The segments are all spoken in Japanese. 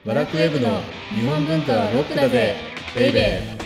ワラクウェブの日本文化はロックだぜベイベー。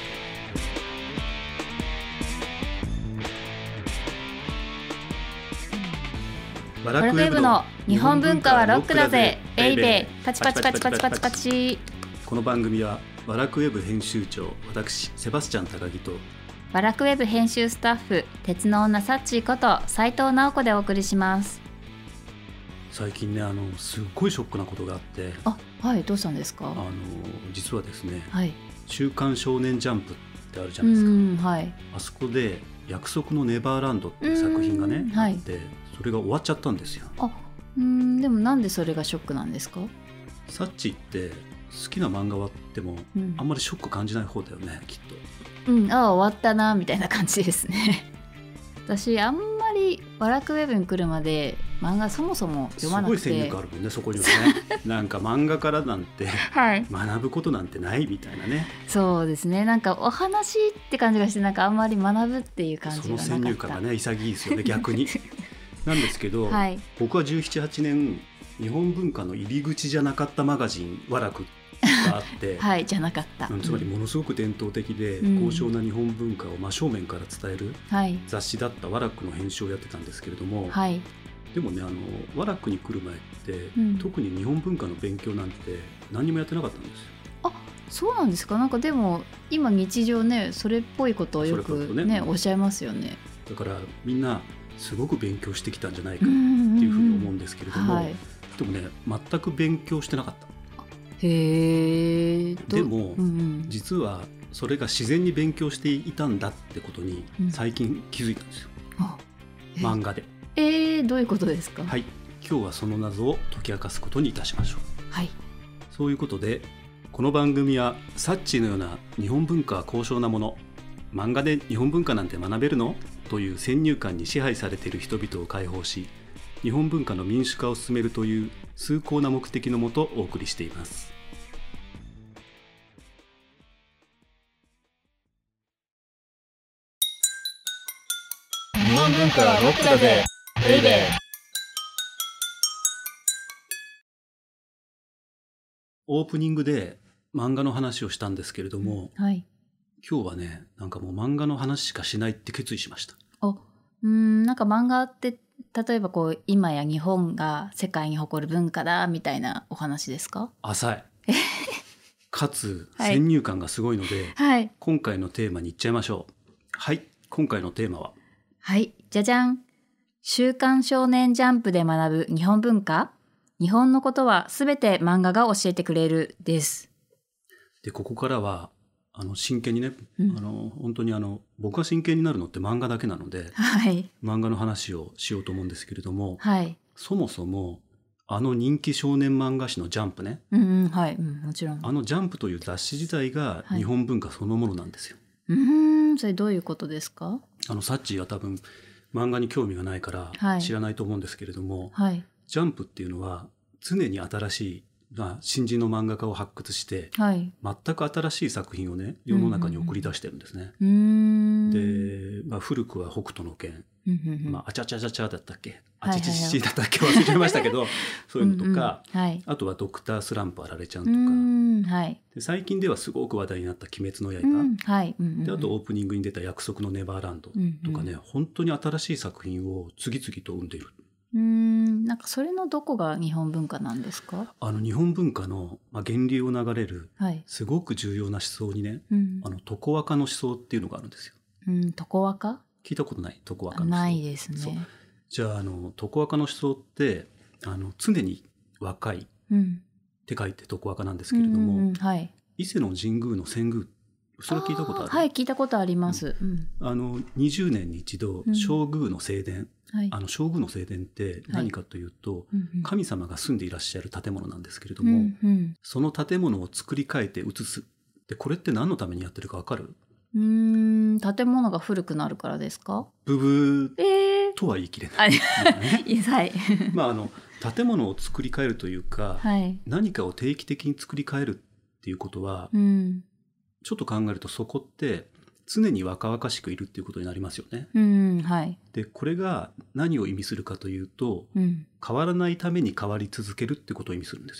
ワラクウェブの日本文化はロックだぜベイベー。パチパチパチパチパチパチ。 この番組はワラクウェブ編集長私セバスチャン高木とワラクウェブ編集スタッフ鉄の女サッチーこと斉藤直子でお送りします。 最近ねすっごいショックなことがあって、 はい、どうしたんですか？ 実はですね、 はい、 週刊少年ジャンプってあるじゃないですか。はい、あそこで約束のネバーランドっていう作品がねあって、それが終わっちゃったんですよ。 でもなんでそれがショックなんですか？ サッチって好きな漫画終わっても、あんまりショック感じない方だよね、きっと。 終わったなみたいな感じですね。私あんまりワラクウェブに来るまで漫画そもそも読まなくて、 すごい先入観あるもんね、そこにはね。なんか漫画からなんて、学ぶことなんてないみたいなね。 そうですね、なんかお話って感じがして、なんかあんまり学ぶっていう感じがなかった。 その先入観がね潔いですよね、逆に。なんですけど、僕は17、8年日本文化の入り口じゃなかったマガジンワラクがあって、 じゃなかった、 つまりものすごく伝統的で高尚な日本文化を真正面から伝える雑誌だったワラクの編集をやってたんですけれども、でもねワラクに来る前って、特に日本文化の勉強なんて何もやってなかったんですよ。 そうなんですか？なんかでも今日常ねそれっぽいことをよくねおっしゃいますよね。 だからみんなすごく勉強してきたんじゃないかっていうふうに思うんですけれども、でもね全く勉強してなかった。でも、実はそれが自然に勉強していたんだってことに最近気づいたんですよ、漫画で。 どういうことですか？ はい、今日はその謎を解き明かすことにいたしましょう。そういうことでこの番組はサッチーのような日本文化は高尚なもの、漫画で日本文化なんて学べるのという先入観に支配されている人々を解放し、日本文化の民主化を進めるという崇高な目的のもとお送りしています。 日本文化はロックだぜベイベー。 オープニングで漫画の話をしたんですけれども、今日はねなんかもう漫画の話しかしないって決意しました。 なんか漫画って例えばこう今や日本が世界に誇る文化だみたいなお話ですか？ 浅いかつ先入観がすごいので、今回のテーマにいっちゃいましょう。はい、今回のテーマはじゃじゃん。週刊少年ジャンプで学ぶ日本文化、日本のことはすべて漫画が教えてくれるです。 でここからは真剣にね、本当に僕が真剣になるのって漫画だけなので、漫画の話をしようと思うんですけれども、そもそも人気少年漫画誌のジャンプね、 もちろんジャンプという雑誌自体が日本文化そのものなんですよ。 それどういうことですか？ サッチーは多分漫画に興味がないから知らないと思うんですけれども、ジャンプっていうのは常に新しい新人の漫画家を発掘して、全く新しい作品をね世の中に送り出してるんですね。で、古くは北斗の拳、あちゃちゃちゃちゃだったっけ、あちちちちだったっけ忘れちゃいましたけどそういうのとか、あとはドクタースランプあられちゃんとか、で最近ではすごく話題になった鬼滅の刃、であとオープニングに出た約束のネバーランドとかね、本当に新しい作品を次々と生んでいる。 なんかそれのどこが日本文化なんですか？ 日本文化の源流を流れるすごく重要な思想にね、常若の思想っていうのがあるんですよ。 常若？ 聞いたことない？常若の思想ないですね。 じゃあ常若の思想って常に若いって書いて常若なんですけれども、伊勢の神宮の遷宮、それ聞いたことある？ 聞いたことあります。 20年に一度正宮の正殿、正宮の正殿って何かというと、神様が住んでいらっしゃる建物なんですけれども、その建物を作り変えて移す。でこれって何のためにやってるか分かる？ 建物が古くなるからですか？ ブブーとは言い切れない。建物を作り変えるというか、何かを定期的に作り変えるっていうことは、ちょっと考えるとそこって常に若々しくいるっていうことになりますよね。でこれが何を意味するかというと、変わらないために変わり続けるってことを意味するんですよ。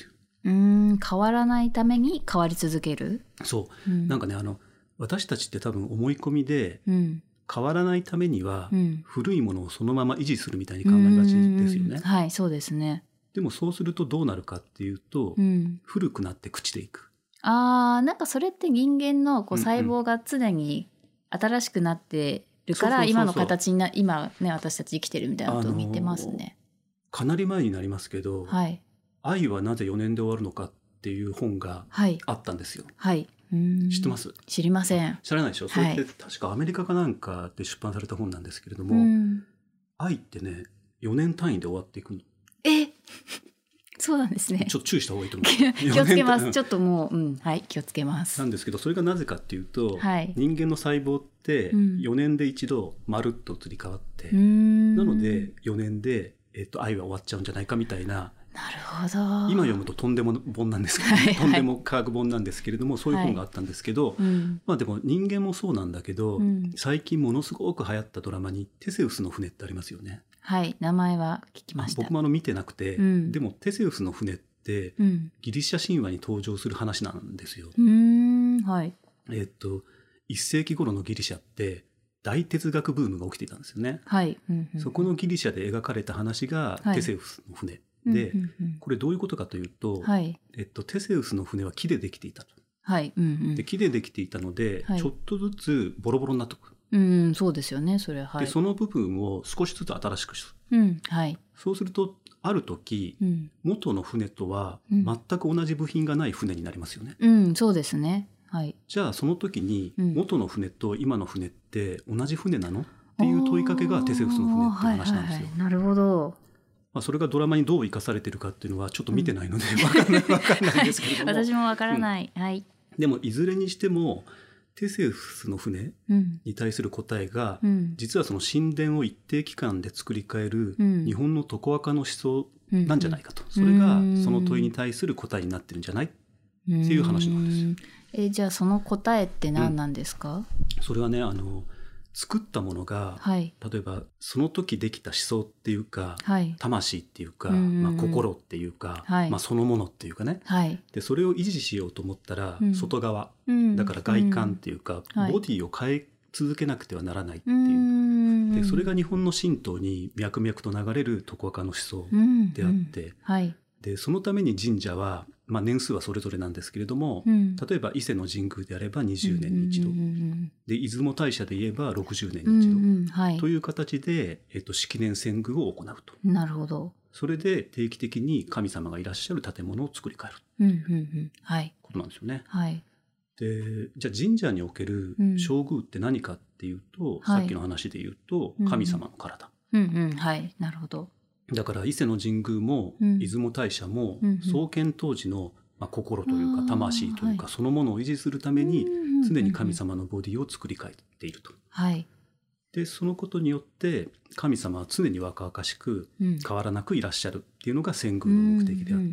変わらないために変わり続ける。 そう、なんかね私たちって多分思い込みで、変わらないためには、古いものをそのまま維持するみたいに考えがちですよね。 はい、そうですね。 でもそうするとどうなるかっていうと、古くなって朽ちていく。 なんかそれって人間の細胞が常に新しくなってるから、今の形に今ね私たち生きてるみたいなことを見てますね。 かなり前になりますけど、 はい、 愛はなぜ4年で終わるのかっていう本があったんですよ。 はい、 知ってます？ 知りません。 知らないでしょ。それって確かアメリカかなんかで出版された本なんですけれども、愛ってね4年単位で終わっていくの。 そうなんですね。 ちょっと注意した方がいいと思う。 気をつけます。ちょっともう、はい、気をつけます。 なんですけど、それがなぜかっていうと、人間の細胞って4年で一度まるっと移り変わって、なので4年で、愛は終わっちゃうんじゃないかみたいな。 なるほど。 今読むととんでも本なんですけど、とんでも科学本なんですけれども、そういう本があったんですけど、まあでも人間もそうなんだけど、最近ものすごく流行ったドラマにテセウスの船ってありますよね。 はい、名前は聞きました。 僕も見てなくて、でもテセウスの船ってギリシャ神話に登場する話なんですよ。 はい。 1世紀頃のギリシャって大哲学ブームが起きていたんですよね。 はい。 そこのギリシャで描かれた話がテセウスの船で、これどういうことかというと、テセウスの船は木でできていたと。 はい。 で木でできていたので、ちょっとずつボロボロになってくる。 そうですよね、それは。 でその部分を少しずつ新しくする。そうするとある時、元の船とは全く同じ部品がない船になりますよね。 そうですね。はい。 じゃあその時に元の船と今の船って同じ船なのっていう問いかけがテセウスの船っていう話なんですよ。 なるほど。 それがドラマにどう生かされてるかっていうのはちょっと見てないので分かんないですけれども私も分からない、はい。 でもいずれにしてもテセウスの船に対する答えが、実はその神殿を一定期間で作り変える日本の常若の思想なんじゃないかと、それがその問いに対する答えになってるんじゃないっていう話なんです。 じゃあその答えって何なんですか？それはね作ったものが、例えばその時できた思想っていうか、魂っていうか、心っていうか、そのものっていうかね、でそれを維持しようと思ったら、外側、だから外観っていうか、ボディを変え続けなくてはならないっていう、でそれが日本の神道に脈々と流れる常若の思想であって、でそのために神社は、年数はそれぞれなんですけれども、例えば伊勢の神宮であれば20年に一度、で出雲大社で言えば60年に一度、という形で、式年遷宮を行うと。 なるほど。 それで定期的に神様がいらっしゃる建物を作り変える、ことなんですよね。でじゃあ神社における正宮って何かっていうと、さっきの話で言うと、神様の体。 なるほど。 だから伊勢の神宮も出雲大社も創建当時の心というか魂というかそのものを維持するために常に神様のボディを作り変えていると。でそのことによって神様は常に若々しく変わらなくいらっしゃるっていうのが遷宮の目的であって、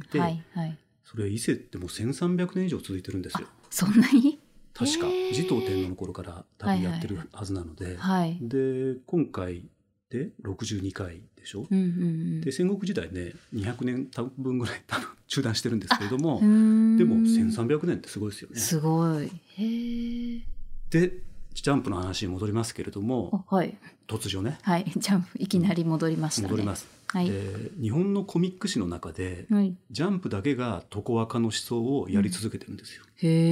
それは伊勢ってもう1300年以上続いてるんですよ。 そんなに？ 確か持統天皇の頃から多分やってるはずなので、で今回で62回でしょ、で戦国時代ね200年分ぐらい多分中断してるんですけれども、でも1300年ってすごいですよね。 すごい。 でジャンプの話に戻りますけれども、突如ね、 ジャンプいきなり戻りましたね。 戻ります。で日本のコミック誌の中で、ジャンプだけが常若の思想をやり続けてるんですよ。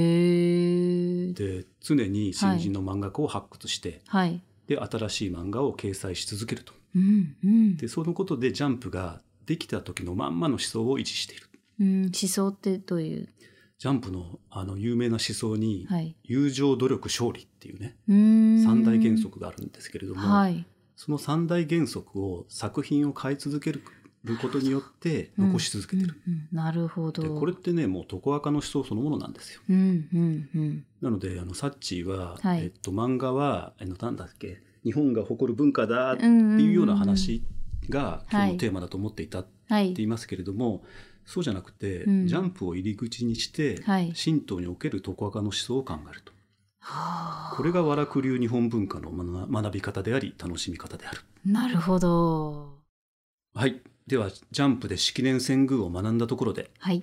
で常に新人の漫画家を発掘して、で新しい漫画を掲載し続けると、でそのことでジャンプができた時のまんまの思想を維持している。 思想ってどういう？ ジャンプの有名な思想に、友情努力勝利っていうね三大原則があるんですけれども、その三大原則を作品を変え続けることによって残し続けてる。 なるほど。 でこれってねもう常若の思想そのものなんですよ。なのでサッチーは、漫画はなんだっけ、日本が誇る文化だっていうような話が今日のテーマだと思っていたって言いますけれども、そうじゃなくて、ジャンプを入り口にして、神道における常若の思想を考えると。これが和楽流日本文化の学び方であり楽しみ方である。 なるほど。 はい。ではジャンプで式年遷宮を学んだところで、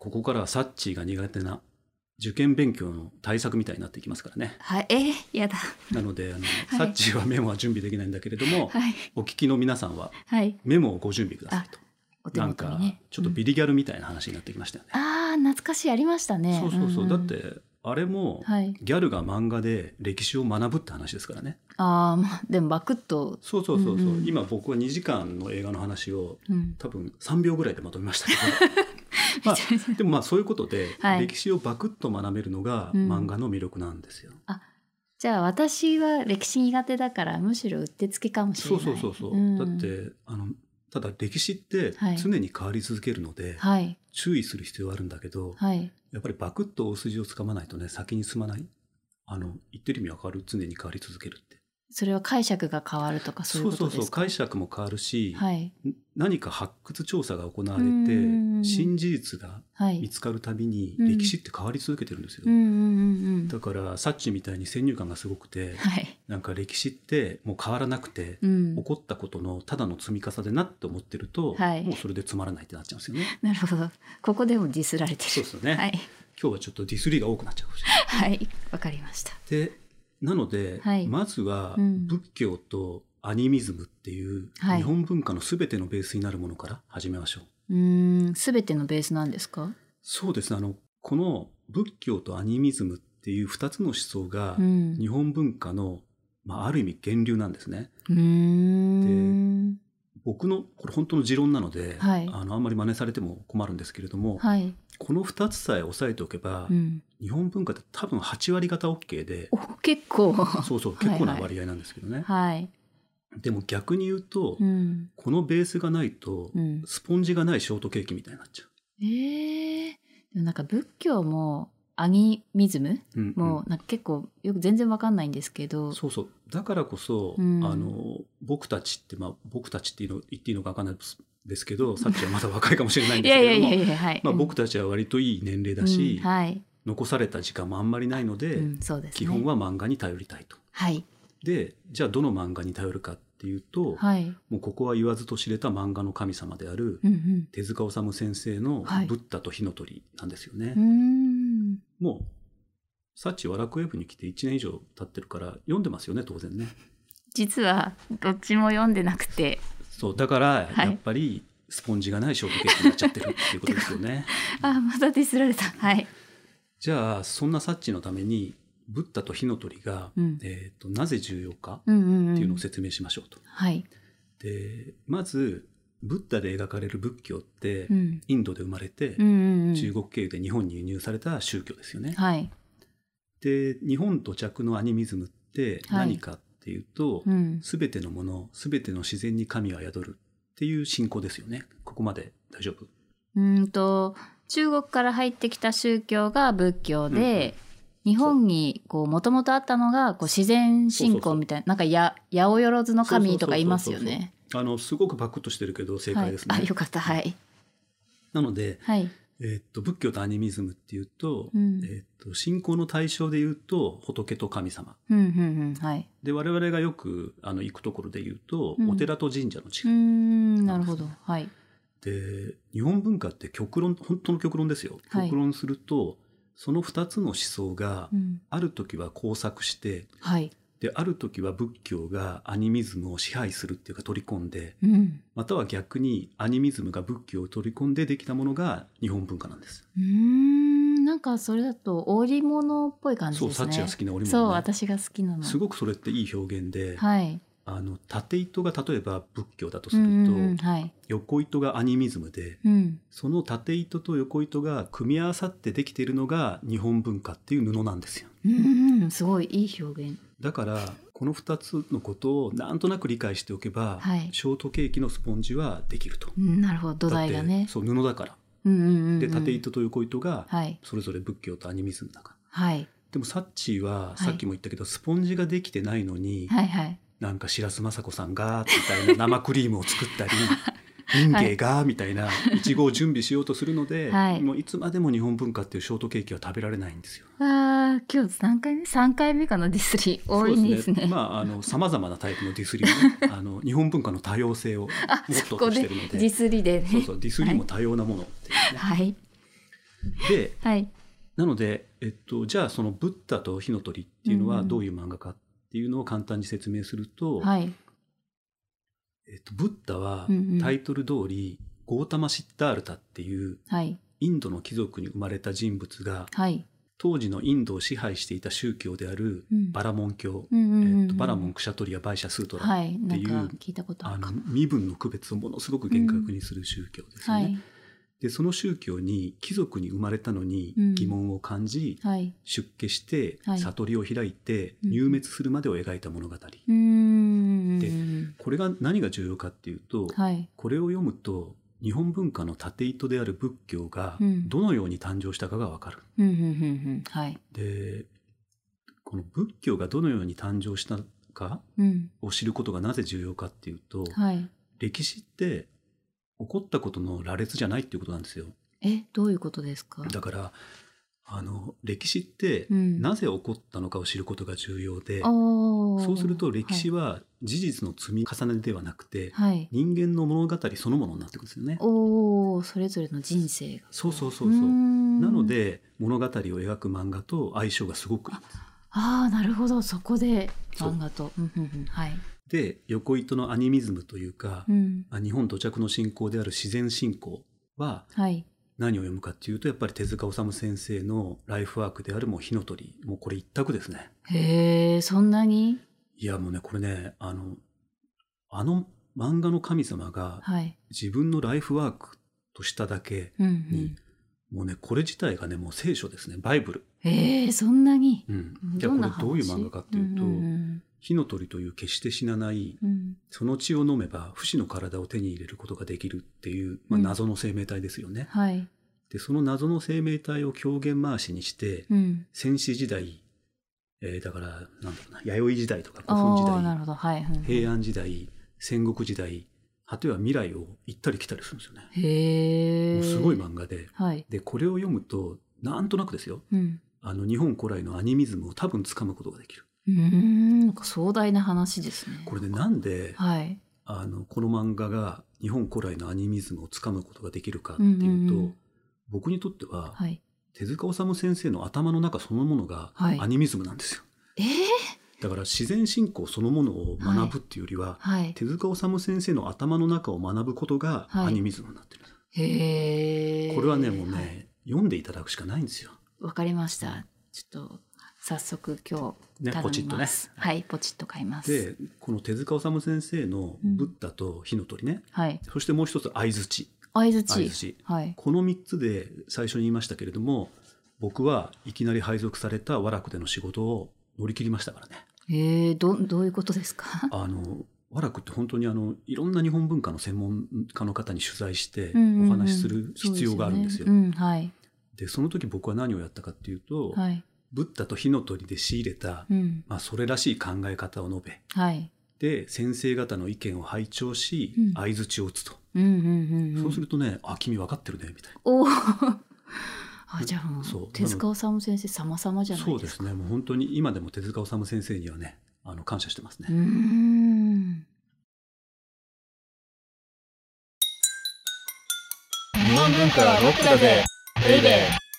ここからはサッチーが苦手な受験勉強の対策みたいになっていきますからね。 はい、やだ。 なのでサッチーはメモは準備できないんだけれども、お聞きの皆さんはメモをご準備くださいと。 お手元にね、 なんかちょっとビリギャルみたいな話になってきましたよね。 懐かしい、ありましたね。 そう、だってあれもギャルが漫画で歴史を学ぶって話ですからね。 でもバクッと。 そう、今僕は2時間の映画の話を多分3秒ぐらいでまとめましたけど、でもそういうことで歴史をバクッと学べるのが漫画の魅力なんですよ。 じゃあ私は歴史苦手だからむしろうってつけかもしれない。 そう、だってただ歴史って常に変わり続けるので、注意する必要はあるんだけど、やっぱりバクッと大筋をつかまないとね、先に進まない。言ってる意味わかる？常に変わり続けるって。 それは解釈が変わるとかそういうことですか？ そう、解釈も変わるし、何か発掘調査が行われて新事実が見つかるたびに歴史って変わり続けてるんですよ。だからサッチみたいに先入観がすごくて、なんか歴史ってもう変わらなくて、起こったことのただの積み重ねなって思ってると、もうそれでつまらないってなっちゃうんですよね。 なるほど。ここでもディスられてる。 そうですよね。今日はちょっとディスりが多くなっちゃうかもしれない。 わかりました。 でなので、まずは仏教とアニミズムっていう日本文化のすべてのベースになるものから始めましょう。 すべてのベースなんですか？ そうですね。この仏教とアニミズムっていう2つの思想が日本文化の、ある意味源流なんですね。で、僕のこれ本当の持論なので、あんまり真似されても困るんですけれども、この2つさえ押さえておけば、日本文化って多分8割方 OK で、 結構結構な割合なんですけどね。でも逆に言うと、このベースがないと、スポンジがないショートケーキみたいになっちゃう。 でもなんか仏教もアニミズムもなんか結構よく全然わかんないんですけど、 だからこそ、僕たちって僕たちって言っていいのかわかんないですけど、さっきはまだ若いかもしれないんですけれども、僕たちは割といい年齢だし、残された時間もあんまりないので、基本は漫画に頼りたいと。でじゃあどの漫画に頼るかっていうと、もうここは言わずと知れた漫画の神様である、手塚治虫先生の「ブッダと火の鳥」なんですよね。もうサッチは楽ウェブに来て1年以上経ってるから読んでますよね、当然ね。 実はどっちも読んでなくて、 だからやっぱりスポンジがないショートケーキになっちゃってるっていうことですよね。 またディスられた。 じゃあそんなサッチのためにブッダと火の鳥が、なぜ重要かっていうのを説明しましょうと。でまずブッダで描かれる仏教って、インドで生まれて、中国経由で日本に輸入された宗教ですよね。で日本土着のアニミズムって何かっていうと、全てのもの、全ての自然に神は宿るっていう信仰ですよね。ここまで大丈夫？ 中国から入ってきた宗教が仏教で、日本にもともとあったのが自然信仰みたいな、なんか八百万の神とかいますよね。 すごくバクッとしてるけど正解ですね。 よかった。 なので、仏教とアニミズムっていうと、信仰の対象でいうと仏と神様、で我々がよく行くところで言うと、お寺と神社の違い。 なるほど。 で日本文化って極論、本当の極論ですよ。極論するとその2つの思想がある時は交錯して、である時は仏教がアニミズムを支配するっていうか取り込んで、または逆にアニミズムが仏教を取り込んでできたものが日本文化なんです。 なんかそれだと織物っぽい感じですね。 サッチが好きな織物、 私が好きなの。 すごくそれっていい表現で、縦糸が例えば仏教だとすると、横糸がアニミズムで、その縦糸と横糸が組み合わさってできているのが日本文化っていう布なんですよ。 すごいいい表現。 だからこの2つのことをなんとなく理解しておけば、ショートケーキのスポンジはできると。 なるほど、土台がね。 布だから。で縦糸と横糸がそれぞれ仏教とアニミズムだから。でもサッチーはさっきも言ったけど、スポンジができてないのに、なんか白洲雅子さんがみたいな生クリームを作ったり民芸がみたいないちごを準備しようとするので、もういつまでも日本文化っていうショートケーキは食べられないんですよ。 今日3回目かな、ディスり多いんですね。 さまざまなタイプのディスりを日本文化の多様性をもっととしてるので、 ディスりでね。 ディスりも多様なものっていうね。 で、 はい、 なので、じゃあそのブッダと火の鳥っていうのはどういう漫画かっていうのを簡単に説明すると、 はい、 ブッダはタイトル通り、ゴータマ・シッダールタっていうインドの貴族に生まれた人物が、はい、当時のインドを支配していた宗教であるバラモン教、バラモン・クシャトリア・バイシャ・スートラっていう、身分の区別をものすごく厳格にする宗教ですよね。はい、でその宗教に貴族に生まれたのに疑問を感じ、はい、出家して悟りを開いて入滅するまでを描いた物語、でこれが何が重要かっていうと、はい、これを読むと日本文化の縦糸である仏教がどのように誕生したかが分かる。でこの仏教がどのように誕生したかを知ることがなぜ重要かっていうと、はい、歴史って起こったことの羅列じゃないっていうことなんですよ。 どういうことですか？ だから歴史ってなぜ起こったのかを知ることが重要で、そうすると歴史は事実の積み重ねではなくて、はい、人間の物語そのものになってくるんですよね。 それぞれの人生が。 そうなので物語を描く漫画と相性がすごくいいんです。 なるほど。そこで漫画と、はい、 で横糸のアニミズムというか、日本土着の信仰である自然信仰は、はい、何を読むかっていうとやっぱり手塚治虫先生のライフワークであるもう火の鳥、もうこれ一択ですね。 へえ、そんなに？ いやもうねこれねあの漫画の神様が自分のライフワークとしただけに、もうねこれ自体がねもう聖書ですね、バイブル。 そんなに？ じゃあこれどういう漫画かっていうと、火の鳥という決して死なない、その血を飲めば不死の体を手に入れることができるっていう、謎の生命体ですよね。はい、でその謎の生命体を狂言回しにして、戦死時代、だからなんだろうな、弥生時代とか古墳時代、平安時代、戦国時代、果ては未来を行ったり来たりするんですよね。もうすごい漫画で、でこれを読むとなんとなくですよ、日本古来のアニミズムを多分つかむことができる。 なんか壮大な話ですね。 これでなんで、この漫画が日本古来のアニミズムをつかむことができるかっていうと、僕にとっては、手塚治虫先生の頭の中そのものがアニミズムなんですよ。だから自然信仰そのものを学ぶっていうよりは、手塚治虫先生の頭の中を学ぶことがアニミズムになってる。これはねもうね、読んでいただくしかないんですよ。 わかりました。ちょっと早速今日頼みます。はい、ポチッと買います。 でこの手塚治虫先生のブッダと火の鳥ね、そしてもう一つ相づち、はい、この3つで最初に言いましたけれども、僕はいきなり配属された和楽での仕事を乗り切りましたからね。 どういうことですか？ 和楽って本当にいろんな日本文化の専門家の方に取材してお話しする必要があるんですよ。でその時僕は何をやったかっていうと、ブッダと火の鳥で仕入れた、それらしい考え方を述べ、で先生方の意見を拝聴し、相づちを打つと、そうするとね、君分かってるねみたいな。 じゃあもう手塚治虫先生様々じゃないですか。 そうですね、もう本当に今でも手塚治虫先生にはね感謝してますね。 日本文化はロックだぜベイベー。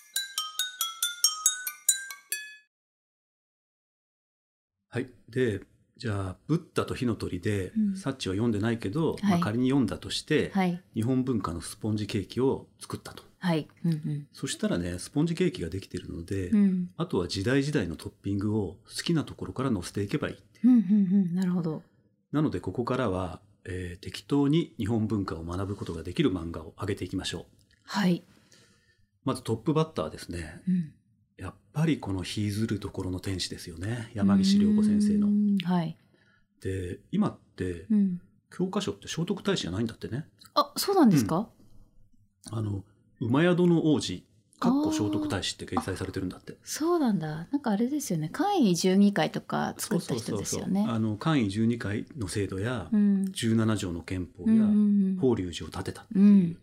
はい、でじゃあブッダと火の鳥で、サッチは読んでないけど、仮に読んだとして、日本文化のスポンジケーキを作ったと。そしたらねスポンジケーキができているので、あとは時代時代のトッピングを好きなところから載せていけばいいって。 なるほど。 なのでここからは、適当に日本文化を学ぶことができる漫画を上げていきましょう。はい。まずトップバッターですね。やっぱりこのひいずるところの天使ですよね、山岸涼子先生の。で今って、教科書って聖徳太子じゃないんだってね。 そうなんですか？ 馬宿の王子聖徳太子って掲載されてるんだって。 そうなんだ。なんかあれですよね、簡易12回とか作った人ですよね。 簡易12回の制度や、17条の憲法や、法隆寺を建てたっていう。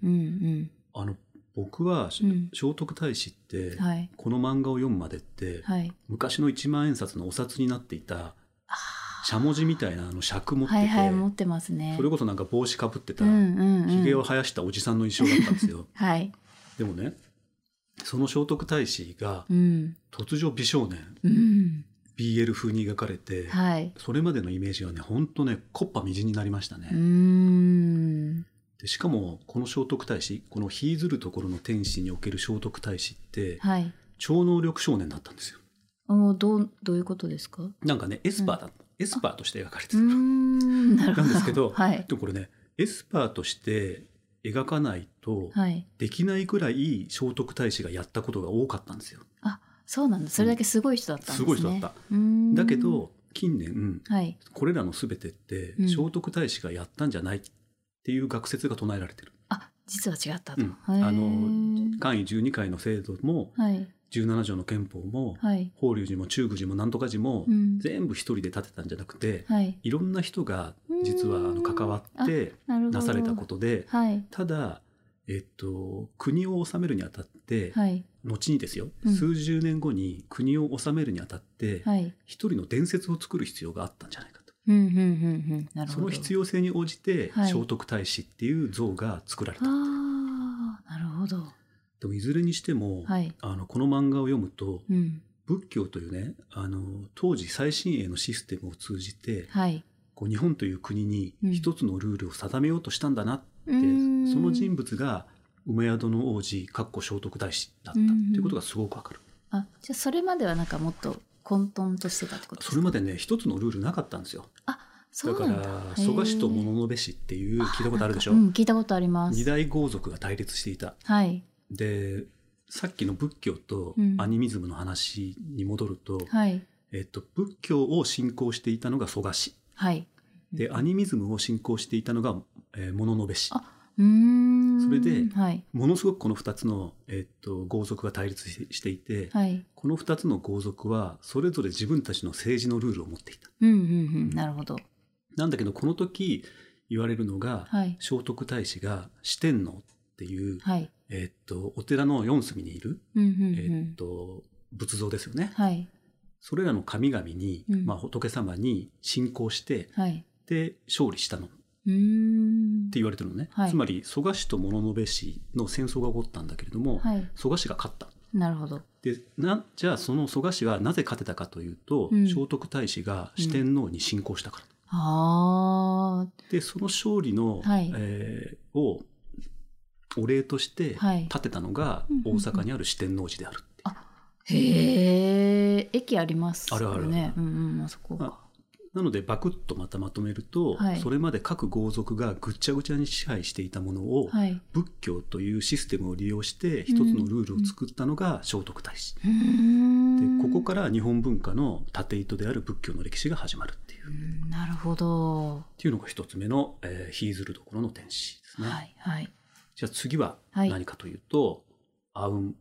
僕は聖徳太子って、この漫画を読むまでって、昔の1万円札のお札になっていたしゃもじみたいな尺持ってて、 持ってますね。 それこそなんか帽子かぶってた、ひげを生やしたおじさんの衣装だったんですよ。でもねその聖徳太子が突如美少年、BL 風に描かれて、それまでのイメージはね本当ね木っ端みじんになりましたね。でしかもこの聖徳太子、この日ずるところの天使における聖徳太子って、超能力少年だったんですよ。 どういうことですか？ なんかねエスパーとして描かれてたなんですけど、でもこれねエスパーとして描かないとできないぐらい聖徳太子がやったことが多かったんですよ。 あ、そうなんだ。それだけすごい人だったんですね。すごい人だった。 だけど近年、これらの全てって聖徳太子がやったんじゃないっていう学説が唱えられてる。 あ、実は違ったと。 漢位12回の制度も、17条の憲法も、法隆寺も中宮寺もなんとか寺も、全部一人で建てたんじゃなくて、いろんな人が実は関わってなされたことで、ただ、国を治めるにあたって、後にですよ、数十年後に国を治めるにあたって、一人の伝説を作る必要があったんじゃないかと。その必要性に応じて、聖徳太子っていう像が作られた。なるほど。 でもいずれにしても、この漫画を読むと、仏教というね当時最新鋭のシステムを通じて、こう日本という国に一つのルールを定めようとしたんだなって、その人物が梅宿の王子聖徳太子だったっていうことがすごくわかる。 あ、じゃあそれまではなんかもっと混沌としてたってことですか？ それまでね一つのルールなかったんですよ。 そうなんだ。 だから蘇我氏と物部氏っていう聞いたことあるでしょ。 聞いたことあります。 二大豪族が対立していた。でさっきの仏教とアニミズムの話に戻ると、仏教を信仰していたのが蘇我氏、でアニミズムを信仰していたのが、物部氏。それで、ものすごくこの2つの、豪族が対立していて、この2つの豪族はそれぞれ自分たちの政治のルールを持っていた。 なるほど。 なんだけどこの時言われるのが、聖徳太子が四天王っていう、お寺の四隅にいる、仏像ですよね。それらの神々に、仏様に信仰して、で勝利したのって言われてるのね。つまり蘇我氏と物部氏の戦争が起こったんだけれども、蘇我氏が勝った。 なるほど。 でじゃあその蘇我氏はなぜ勝てたかというと、聖徳太子が四天王に信仰したから。でその勝利の、をお礼として建てたのが大阪にある四天王寺である。 へえ、駅ありますよね。そこが。 なのでバクッとまとめると、それまで各豪族がぐっちゃぐちゃに支配していたものを、仏教というシステムを利用して一つのルールを作ったのが聖徳太子。でここから日本文化の縦糸である仏教の歴史が始まるっていう。 なるほど。 っていうのが一つ目の日ずるところの天使ですね。じゃあ次は何かというと、阿吽。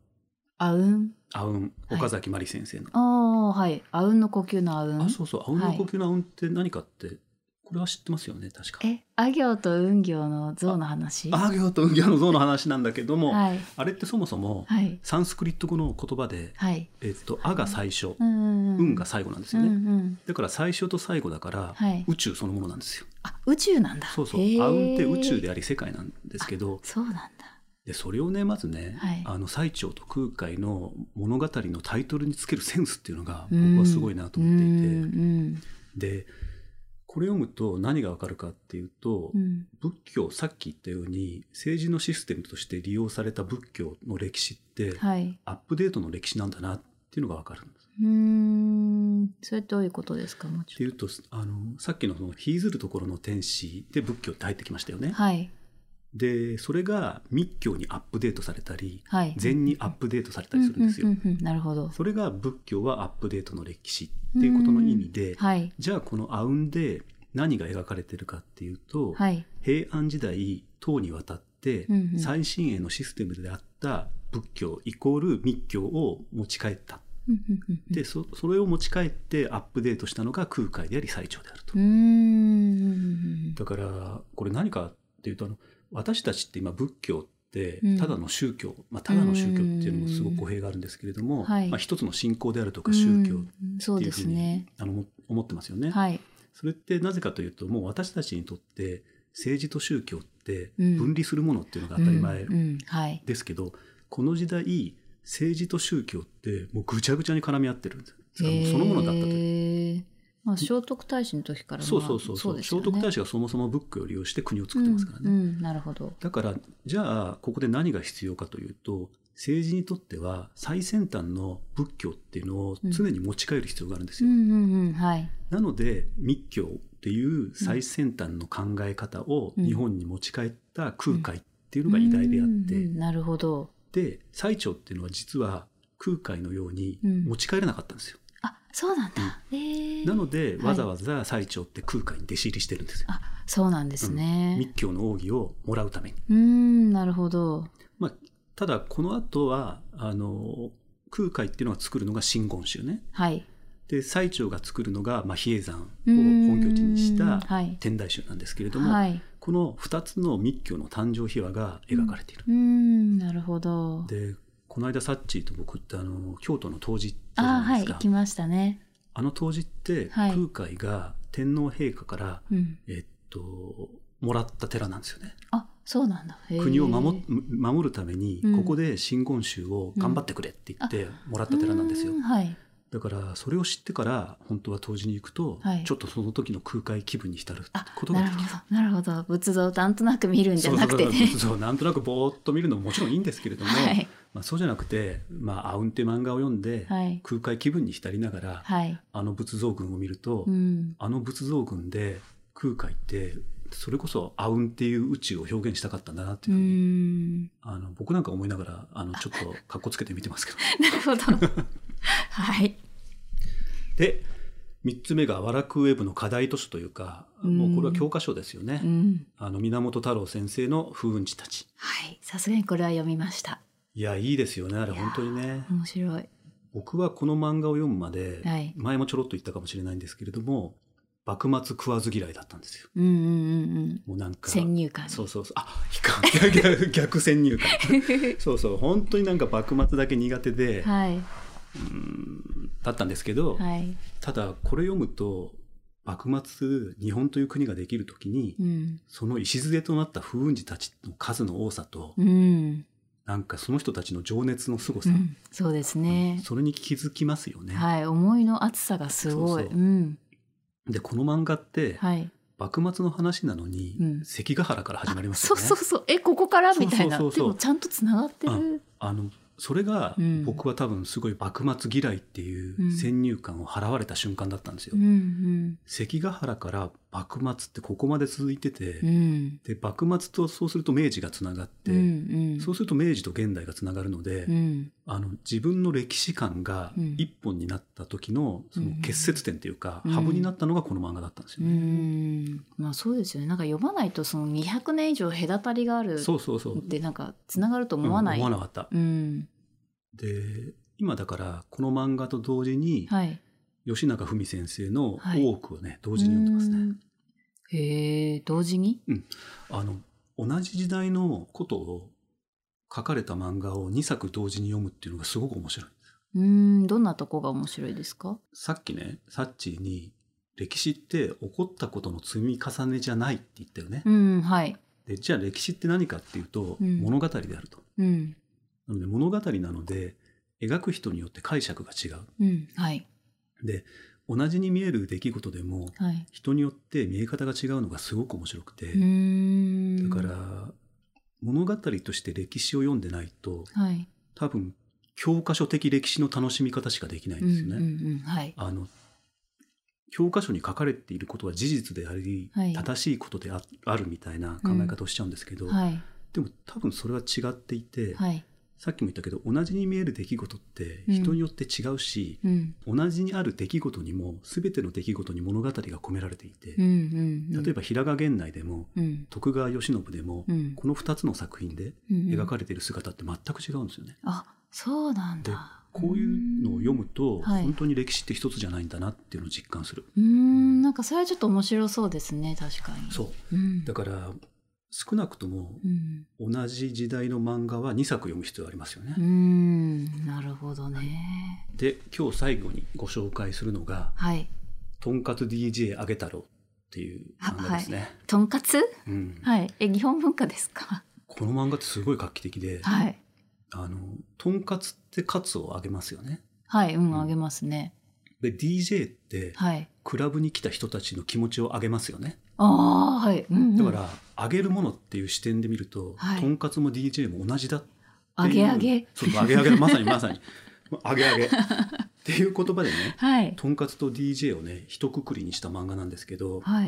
岡崎真理先生の。 阿吽の呼吸の阿吽。 そうそう、阿吽の呼吸の阿吽って何かって、これは知ってますよね、確か。 阿行と雲行の像の話。 阿行と雲行の像の話なんだけども、あれってそもそもサンスクリット語の言葉で、阿が最初、雲が最後なんですよね。だから最初と最後だから、宇宙そのものなんですよ。 宇宙なんだ。 そうそう、阿吽って宇宙であり世界なんですけど。 そうなんだ。 でそれをねまずね、最澄と空海の物語のタイトルにつけるセンスっていうのが僕はすごいなと思っていて、でこれ読むと何がわかるかっていうと、仏教、さっき言ったように政治のシステムとして利用された仏教の歴史って、アップデートの歴史なんだなっていうのがわかるんです。 それどういうことですか？ っていうとさっきのその日ずるところの天使で仏教って入ってきましたよね。でそれが密教にアップデートされたり、禅にアップデートされたりするんですよ。 なるほど。 それが仏教はアップデートの歴史っていうことの意味で、じゃあこの阿吽で何が描かれてるかっていうと、平安時代唐にわたって最新鋭のシステムであった仏教イコール密教を持ち帰った。でそれを持ち帰ってアップデートしたのが空海であり最澄であると。だからこれ何かっていうと私たちって今仏教ってただの宗教、ただの宗教っていうのもすごく語弊があるんですけれども、一つの信仰であるとか宗教っていうふうに思ってますよね。それってなぜかというと、もう私たちにとって政治と宗教って分離するものっていうのが当たり前ですけど、この時代政治と宗教ってもうぐちゃぐちゃに絡み合ってるんです。そのものだったという。 まあ、聖徳太子の時から、 そうですよね。聖徳太子がそもそも仏教を利用して国を作ってますからね。 なるほど。 だからじゃあここで何が必要かというと、政治にとっては最先端の仏教っていうのを常に持ち帰る必要があるんですよ。なので密教っていう最先端の考え方を日本に持ち帰った空海っていうのが偉大であって、 なるほど。 で最澄っていうのは実は空海のように持ち帰れなかったんですよ。 あ、そうなんだ。 なのでわざわざ最澄って空海に弟子入りしてるんですよ。 あ、そうなんですね。 密教の奥義をもらうために。 なるほど。 まあただこの後は空海っていうのが作るのが真言宗ね。 はい。 で最澄が作るのが、比叡山を本拠地にした天台宗なんですけれども、この2つの密教の誕生秘話が描かれている。 なるほど。 でこの間サッチーと僕って京都の東寺じゃないですか。 行きましたね。 東寺って空海が天皇陛下から、もらった寺なんですよね。 あ、そうなんだ。 国を守るために、ここで真言宗を頑張ってくれって言ってもらった寺なんですよ。だからそれを知ってから本当は東寺に行くと、ちょっとその時の空海気分に浸ることができる。 なるほど。仏像をなんとなく見るんじゃなくてね。 仏像をなんとなくぼーっと見るのももちろんいいんですけれども、そうじゃなくて、アウンって漫画を読んで、空海気分に浸りながら、仏像群を見ると、仏像群で空海ってそれこそアウンっていう宇宙を表現したかったんだなっていうふうに僕なんか思いながらちょっとかっこつけて見てますけど。 なるほど。はい。 で3つ目が和楽ウェブの課題図書というか、もうこれは教科書ですよね。源太郎先生の風雲児たち。 はい、さすがにこれは読みました。 いや、いいですよね、あれ本当にね。 面白い。 僕はこの漫画を読むまで、前もちょろっと言ったかもしれないんですけれども、幕末食わず嫌いだったんですよ。もうなんか先入観。 そう。逆先入観。本当になんか幕末だけ苦手で、だったんですけど、ただこれ読むと幕末日本という国ができるときに、その礎となった風雲児たちの数の多さと、なんかその人たちの情熱のすごさ、 そうですね、 それに気づきますよね。 思いの熱さがすごい。 でこの漫画って、幕末の話なのに、関ヶ原から始まりますよね。 ここからみたいな。でもちゃんとつながってる。 それが僕は多分すごい幕末嫌いっていう先入観を払われた瞬間だったんですよ。関ヶ原から幕末ってここまで続いてて、で幕末とそうすると明治がつながって、そうすると明治と現代がつながるので、自分の歴史観が一本になった時のその結節点というか、ハブになったのがこの漫画だったんですよね。 そうですよね。なんか読まないとその200年以上隔たりがあるで、なんかつながると思わない。 思わなかった。で今だからこの漫画と同時に、吉永文先生の大奥をね、同時に読んでますね。 へえ、同時に？ 同じ時代のことを書かれた漫画を2作同時に読むっていうのがすごく面白いんです。 どんなとこが面白いですか？ さっきね、サッチーに歴史って起こったことの積み重ねじゃないって言ったよね。でじゃあ歴史って何かっていうと、物語であると。なので物語なので描く人によって解釈が違う。で同じに見える出来事でも、人によって見え方が違うのがすごく面白くて、だから物語として歴史を読んでないと、多分教科書的歴史の楽しみ方しかできないんですよね。教科書に書かれていることは事実であり、正しいことであるみたいな考え方をしちゃうんですけど、でも多分それは違っていて、さっきも言ったけど同じに見える出来事って人によって違うし、同じにある出来事にも全ての出来事に物語が込められていて、例えば平賀源内でも、徳川慶喜でも、この2つの作品で描かれている姿って全く違うんですよね。 そうなんだ。 でこういうのを読むと、本当に歴史って一つじゃないんだなっていうのを実感する。 なんかそれはちょっと面白そうですね。確かに。 だから少なくとも同じ時代の漫画は2作読む必要がありますよね。 なるほどね。 で今日最後にご紹介するのが、とんかつ DJ あげ太郎っていう漫画ですね。 とんかつ？日本文化ですか？ この漫画ってすごい画期的で、 とんかつってカツを揚げますよね。 はい、揚げますね。 で DJ って、はい、クラブに来た人たちの気持ちを上げますよね。 はい、 だから揚げるものっていう視点で見ると、はい、とんかつも DJ も同じだっていう揚げそう揚げまさにまさに揚げっていう言葉でね、はい、とんかつと DJ をね一括りにした漫画なんですけど、はい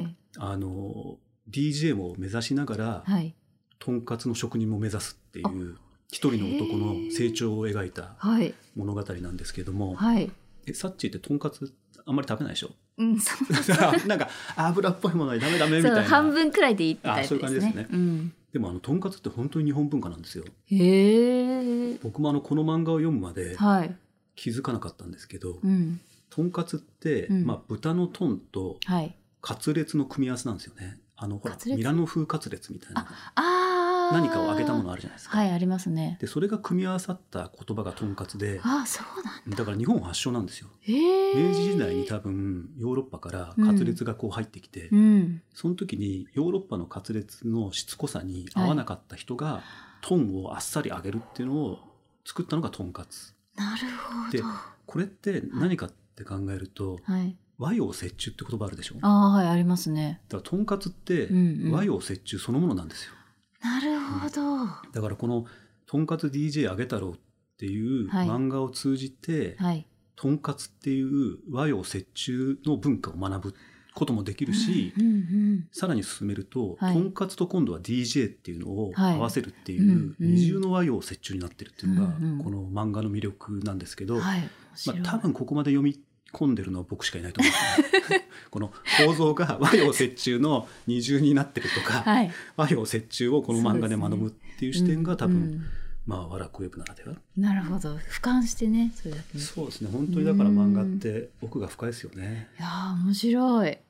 、DJ も目指しながら、はい、とんかつの職人も目指すっていう一人の男の成長を描いた物語なんですけども、はい、サッチーってとんかつあんまり食べないでしょ。そうなんか油っぽいものはダメみたいな。 半分くらいでいいってタイプですね。 そういう感じですね。うん、でもとんかつって本当に日本文化なんですよ。僕もこの漫画を読むまで気づかなかったんですけど、はい、とんかつって、豚のトンとカツレツの組み合わせなんですよね。ほらミラノ風カツレツみたいな何かを揚げたものあるじゃないですか。 はい、ありますね。 でそれが組み合わさった言葉がとんかつで、 そうなんだ。 だから日本発祥なんですよ。明治時代に多分ヨーロッパからカツレツが入ってきて、その時にヨーロッパのカツレツのしつこさに合わなかった人が、トンをあっさり揚げるっていうのを作ったのがとんかつ。 なるほど。 でこれって何かって考えると、和洋折衷って言葉あるでしょ。 はい、ありますね。 だからとんかつって和洋折衷そのものなんですよ。 なるほど。 だからこのとんかつ DJ あげ太郎っていう漫画を通じて、とんかつっていう和洋折衷の文化を学ぶこともできるし、さらに進めると、とんかつと今度は DJ っていうのを合わせるっていう二重の和洋折衷になってるっていうのがこの漫画の魅力なんですけど、多分ここまで読み込んでるのは僕しかいないと思うんですね。この構造が和洋折衷の二重になってるとか、和洋折衷をこの漫画で学ぶっていう視点が多分、ワラクウェブならでは。 なるほど、俯瞰してね。 そうですね。本当にだから漫画って奥が深いですよね。 いや面白い。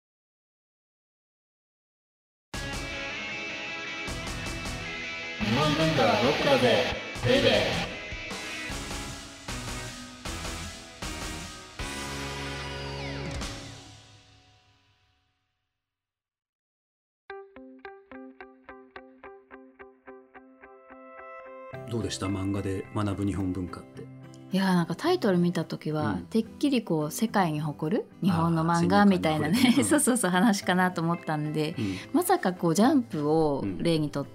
日本文化はロックだぜベイベー。 どうでした漫画で学ぶ日本文化って。 いやなんかタイトル見た時は、てっきり世界に誇る日本の漫画みたいなね、そう話かなと思ったんで、まさかジャンプを例にとって、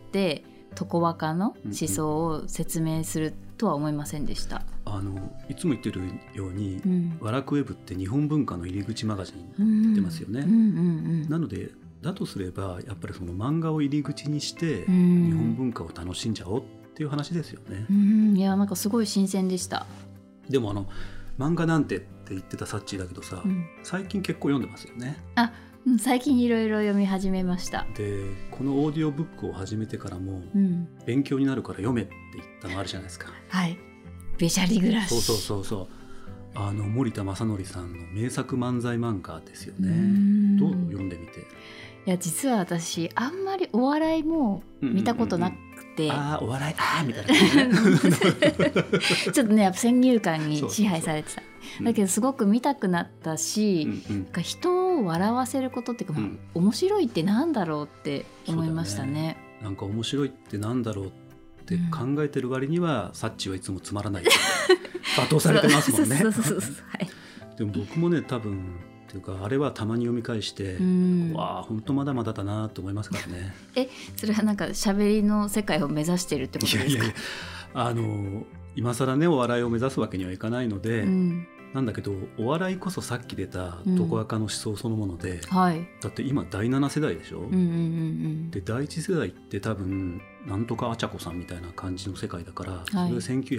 トコワカの思想を説明するとは思いませんでした。 いつも言ってるように、ワラクウェブって日本文化の入り口マガジン出ますよね。なのでだとすればやっぱりその漫画を入り口にして日本文化を楽しんじゃおうっていう話ですよね。 いやなんかすごい新鮮でした。 でも漫画なんてって言ってたサッチーだけどさ、最近結構読んでますよね。 最近いろいろ読み始めました。 でこのオーディオブックを始めてからも、勉強になるから読めって言ったのあるじゃないですか。 はい、べしゃり暮らし。 そう森田正則さんの名作漫才漫画ですよね。どう読んでみて。 いや実は私あんまりお笑いも見たことなくて、 お笑いみたいな、 ちょっとねやっぱ先入観に支配されてた。だけどすごく見たくなったし、人を笑わせることっていうか、面白いってなんだろうって思いましたね。 なんか面白いってなんだろうって考えてる割には、サッチはいつもつまらない罵倒されてますもんね。でも僕もね多分っていうかあれはたまに読み返して、本当まだまだだなと思いますからね。 それはなんか喋りの世界を目指してるってことですか。 今更ねお笑いを目指すわけにはいかないので、なんだけどお笑いこそさっき出たトコワカの思想そのもので、だって今第7世代でしょ。で第1世代って多分なんとかあちゃこさんみたいな感じの世界だから、それが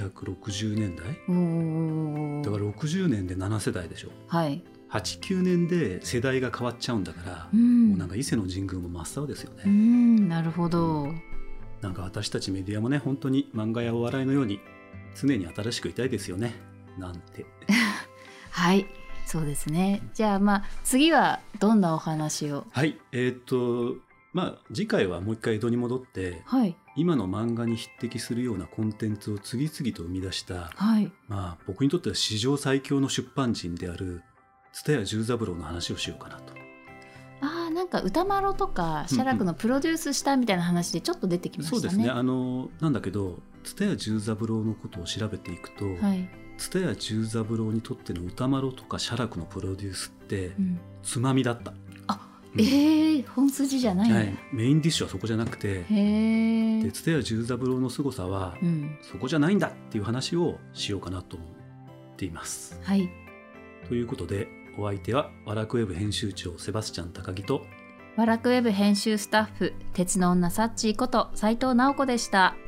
1960年代だから60年で7世代でしょ。8,9 年で世代が変わっちゃうんだから、もうなんか伊勢の神宮も真っ青ですよね。 なるほど。 なんか私たちメディアもね本当に漫画やお笑いのように常に新しくいたいですよねなんて。 はいそうですね。じゃあ次はどんなお話を。 次回はもう一回江戸に戻って、今の漫画に匹敵するようなコンテンツを次々と生み出した、僕にとっては史上最強の出版人である蔦屋十三郎の話をしようかなと。 なんか歌丸とか写楽のプロデュースしたみたいな話でちょっと出てきましたね。 そうですね。なんだけど蔦屋重三郎のことを調べていくと、蔦屋重三郎にとっての歌麿とか写楽のプロデュースって、つまみだった。 本筋じゃない、 メインディッシュはそこじゃなくて、で蔦屋重三郎の凄さは、そこじゃないんだっていう話をしようかなと思っています。ということで、お相手はワラクウェブ編集長セバスチャン高木と、 ワラクウェブ編集スタッフ鉄の女サッチーこと斉藤直子でした。